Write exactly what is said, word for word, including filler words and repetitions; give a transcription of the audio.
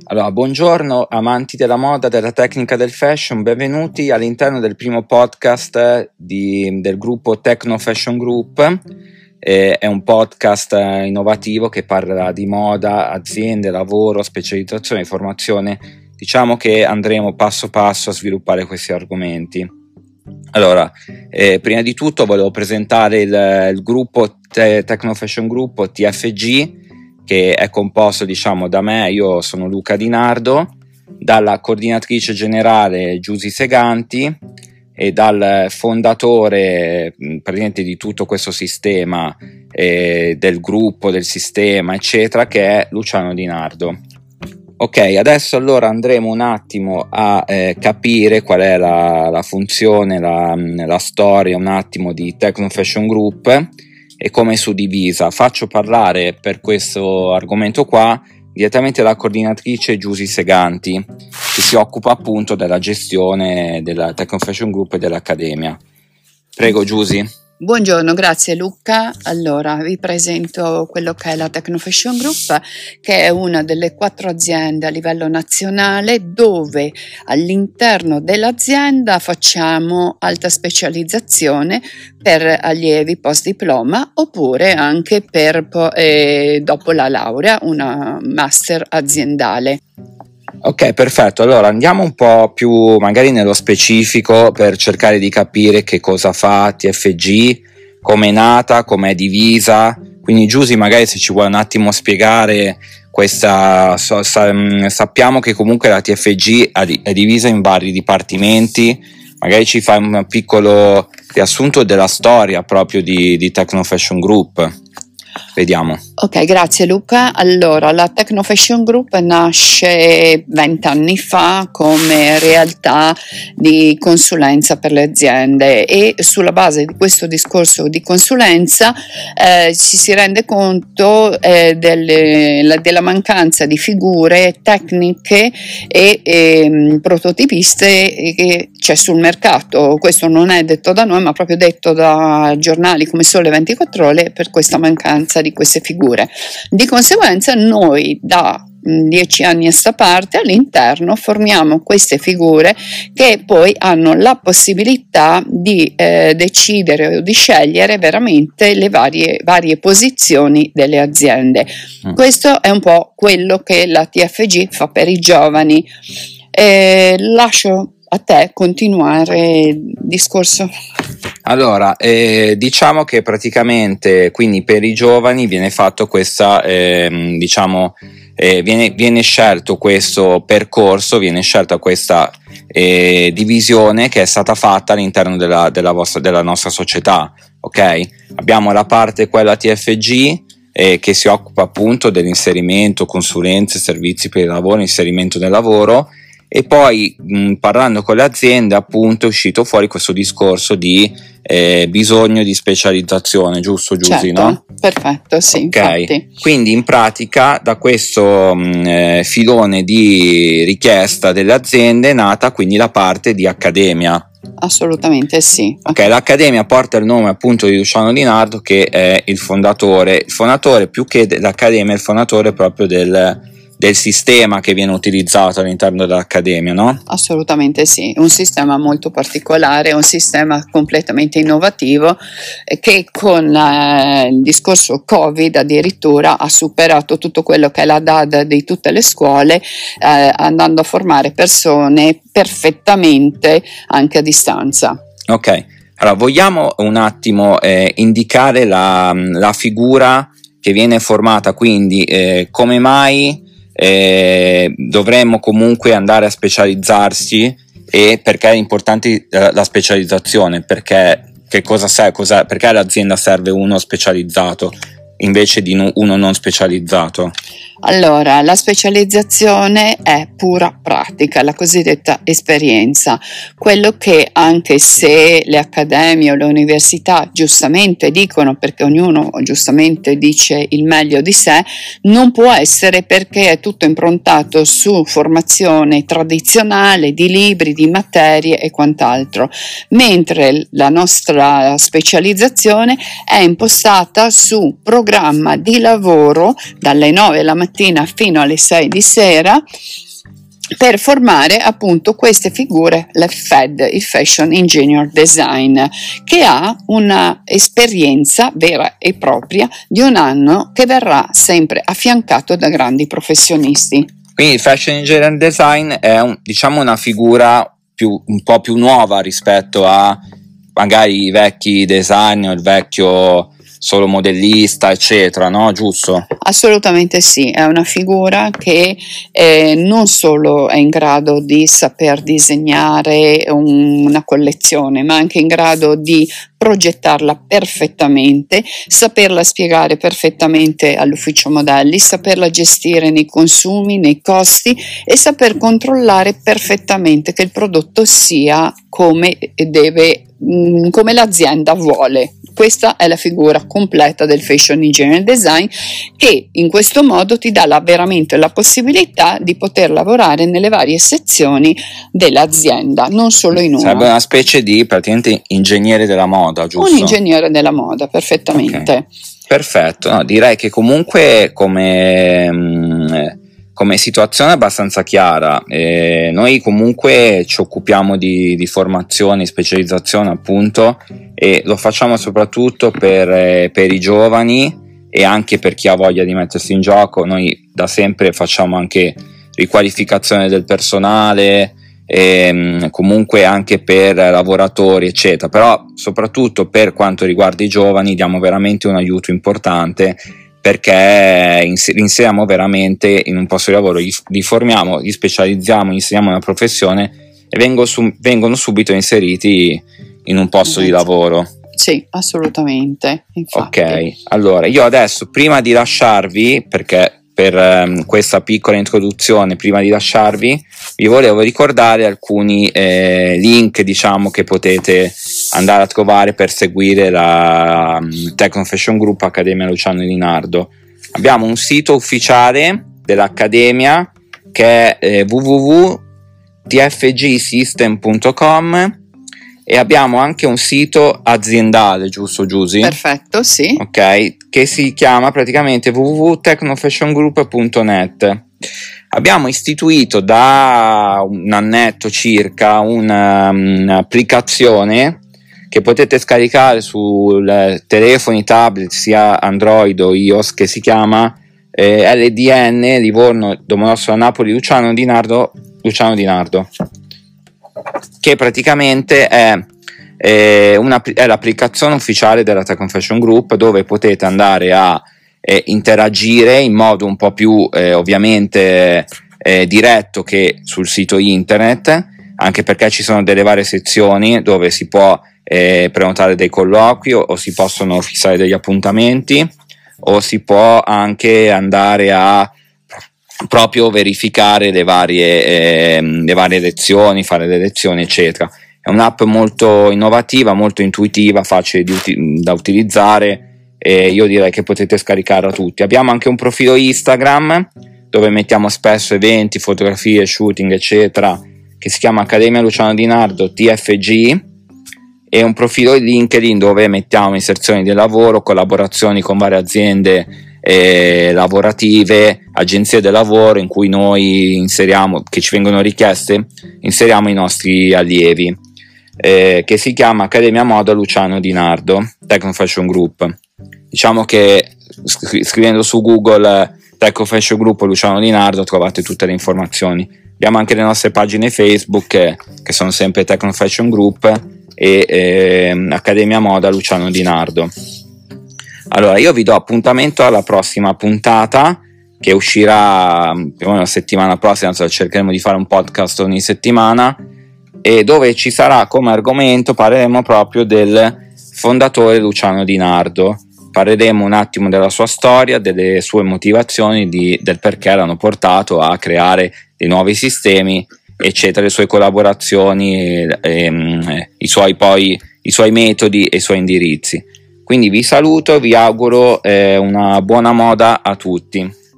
Allora, buongiorno amanti della moda, della tecnica, del fashion, benvenuti all'interno del primo podcast di, del gruppo Techno Fashion Group. Eh, è un podcast innovativo che parla di moda, aziende, lavoro, specializzazione e formazione. Diciamo che andremo passo passo a sviluppare questi argomenti. Allora, eh, prima di tutto volevo presentare il, il gruppo Te- Techno Fashion Group T F G, che è composto, diciamo, da me. Io sono Luca Di Nardo, dalla coordinatrice generale Giusy Seganti e dal fondatore praticamente di tutto questo sistema, eh, del gruppo, del sistema, eccetera, che è Luciano Di Nardo. Ok, adesso allora andremo un attimo a eh, capire qual è la, la funzione, la, la storia un attimo di Techno Fashion Group e come è suddivisa. Faccio parlare per questo argomento qua direttamente la coordinatrice Giusy Seganti, che si occupa appunto della gestione della Techno Fashion Group e dell'Accademia. Prego Giusy. Buongiorno, grazie Luca. Allora vi presento quello che è la Techno Fashion Group, che è una delle quattro aziende a livello nazionale dove all'interno dell'azienda facciamo alta specializzazione per allievi post diploma oppure anche per eh, dopo la laurea, una master aziendale. Ok, perfetto. Allora andiamo un po' più magari nello specifico per cercare di capire che cosa fa T F G, come è nata, come è divisa. Quindi Giusy, magari se ci vuoi un attimo spiegare questa, so, sa, sappiamo che comunque la T F G è divisa in vari dipartimenti, magari ci fai un piccolo riassunto della storia proprio di, di Techno Fashion Group. Vediamo. Ok, grazie Luca. Allora, la Techno Fashion Group nasce vent'anni fa come realtà di consulenza per le aziende e sulla base di questo discorso di consulenza eh, ci si rende conto eh, delle, la, della mancanza di figure tecniche e, e prototipiste che c'è sul mercato. Questo non è detto da noi, ma proprio detto da giornali come Sole ventiquattro Ore, per questa mancanza di queste figure. Di conseguenza noi da dieci anni a sta parte all'interno formiamo queste figure che poi hanno la possibilità di eh, decidere o di scegliere veramente le varie, varie posizioni delle aziende. Mm. Questo è un po' quello che la T F G fa per i giovani. Eh, lascio a te continuare il discorso. Allora, eh, diciamo che praticamente quindi per i giovani viene fatto questa, eh, diciamo, eh, viene, viene scelto questo percorso, viene scelta questa eh, divisione che è stata fatta all'interno della, della, vostra, della nostra società, ok? Abbiamo la parte quella T F G eh, che si occupa appunto dell'inserimento, consulenze, servizi per il lavoro, inserimento del lavoro. E poi mh, parlando con le aziende appunto è uscito fuori questo discorso di eh, bisogno di specializzazione, giusto Giusy, certo, no? Perfetto, sì. Ok, infatti. Quindi in pratica da questo mh, eh, filone di richiesta delle aziende è nata quindi la parte di Accademia. Assolutamente sì. Ok, l'Accademia porta il nome appunto di Luciano Di Nardo, che è il fondatore, il fondatore più che dell'Accademia, è il fondatore proprio del del sistema che viene utilizzato all'interno dell'Accademia, no? Assolutamente sì, un sistema molto particolare, un sistema completamente innovativo eh, che con eh, il discorso Covid addirittura ha superato tutto quello che è la D A D di tutte le scuole, eh, andando a formare persone perfettamente anche a distanza. Ok, allora vogliamo un attimo eh, indicare la, la figura che viene formata, quindi eh, come mai Eh, dovremmo comunque andare a specializzarsi e perché è importante eh, la specializzazione, perché che cosa serve, cosa, perché all'azienda serve uno specializzato invece di uno non specializzato? Allora, la specializzazione è pura pratica, la cosiddetta esperienza, quello che anche se le accademie o le università giustamente dicono, perché ognuno giustamente dice il meglio di sé, non può essere, perché è tutto improntato su formazione tradizionale di libri, di materie e quant'altro, mentre la nostra specializzazione è impostata su programmi programma di lavoro dalle nove la mattina fino alle sei di sera per formare appunto queste figure, la F E D, il Fashion Engineer Design, che ha una esperienza vera e propria di un anno che verrà sempre affiancato da grandi professionisti. Quindi il Fashion Engineer Design è un, diciamo una figura più, un po' più nuova rispetto a magari i vecchi designer, il vecchio solo modellista, eccetera, no? Giusto? Assolutamente sì, è una figura che eh, non solo è in grado di saper disegnare un, una collezione, ma anche in grado di progettarla perfettamente, saperla spiegare perfettamente all'ufficio modelli, saperla gestire nei consumi, nei costi e saper controllare perfettamente che il prodotto sia come deve, come l'azienda vuole. Questa è la figura completa del Fashion Engineer Design, che in questo modo ti dà la, veramente la possibilità di poter lavorare nelle varie sezioni dell'azienda, non solo in una. Sarebbe una specie di praticamente ingegnere della moda, giusto? Un ingegnere della moda, perfettamente. Okay. Perfetto, no, direi che comunque come... Mh, come situazione è abbastanza chiara. Eh, noi comunque ci occupiamo di, di formazione, specializzazione appunto, e lo facciamo soprattutto per, eh, per i giovani e anche per chi ha voglia di mettersi in gioco. Noi da sempre facciamo anche riqualificazione del personale, e, comunque anche per lavoratori eccetera, però soprattutto per quanto riguarda i giovani diamo veramente un aiuto importante, perché inseriamo veramente in un posto di lavoro, li, li formiamo, li specializziamo, inseriamo una professione e vengono, su, vengono subito inseriti in un posto di lavoro. Sì, assolutamente. Infatti. Ok, allora io adesso prima di lasciarvi, perché per um, questa piccola introduzione, prima di lasciarvi, vi volevo ricordare alcuni eh, link, diciamo, che potete andare a trovare per seguire la um, Techno Fashion Group Accademia Luciano Di Nardo. Abbiamo un sito ufficiale dell'Accademia che è eh, w w w punto t f g system punto com e abbiamo anche un sito aziendale, giusto Giusy? Perfetto, sì. Ok, che si chiama praticamente w w w punto techno fashion group punto net. Abbiamo istituito da un annetto circa una, un'applicazione che potete scaricare su telefoni, tablet, sia Android o iOS, che si chiama eh, L D N, Livorno, Domodossola, Napoli, Luciano Di Nardo, Luciano Di Nardo, che praticamente è, è, una, è l'applicazione ufficiale della Techno Fashion Group, dove potete andare a eh, interagire in modo un po' più eh, ovviamente eh, diretto che sul sito internet, anche perché ci sono delle varie sezioni dove si può eh, prenotare dei colloqui o, o si possono fissare degli appuntamenti, o si può anche andare a proprio verificare le varie, eh, le varie lezioni, fare le lezioni eccetera. È un'app molto innovativa, molto intuitiva, facile di uti- da utilizzare, e io direi che potete scaricarla tutti. Abbiamo anche un profilo Instagram dove mettiamo spesso eventi, fotografie, shooting eccetera, che si chiama Accademia Luciano Di Nardo T F G, e un profilo LinkedIn dove mettiamo inserzioni di lavoro, collaborazioni con varie aziende eh, lavorative, agenzie del lavoro in cui noi inseriamo, che ci vengono richieste, inseriamo i nostri allievi, eh, che si chiama Accademia Moda Luciano Di Nardo Techno Fashion Group. Diciamo che scri- scrivendo su Google Techno Fashion Group Luciano Di Nardo trovate tutte le informazioni. Abbiamo anche le nostre pagine Facebook che, che sono sempre Techno Fashion Group e eh, Accademia Moda Luciano Di Nardo. Allora io vi do appuntamento alla prossima puntata, che uscirà più o meno la settimana prossima, cercheremo di fare un podcast ogni settimana, e dove ci sarà come argomento, parleremo proprio del fondatore Luciano Di Nardo. Parleremo un attimo della sua storia, delle sue motivazioni, di, del perché l'hanno portato a creare dei nuovi sistemi eccetera, le sue collaborazioni, e, e, i suoi poi i suoi metodi e i suoi indirizzi. Quindi vi saluto, vi auguro eh, una buona moda a tutti.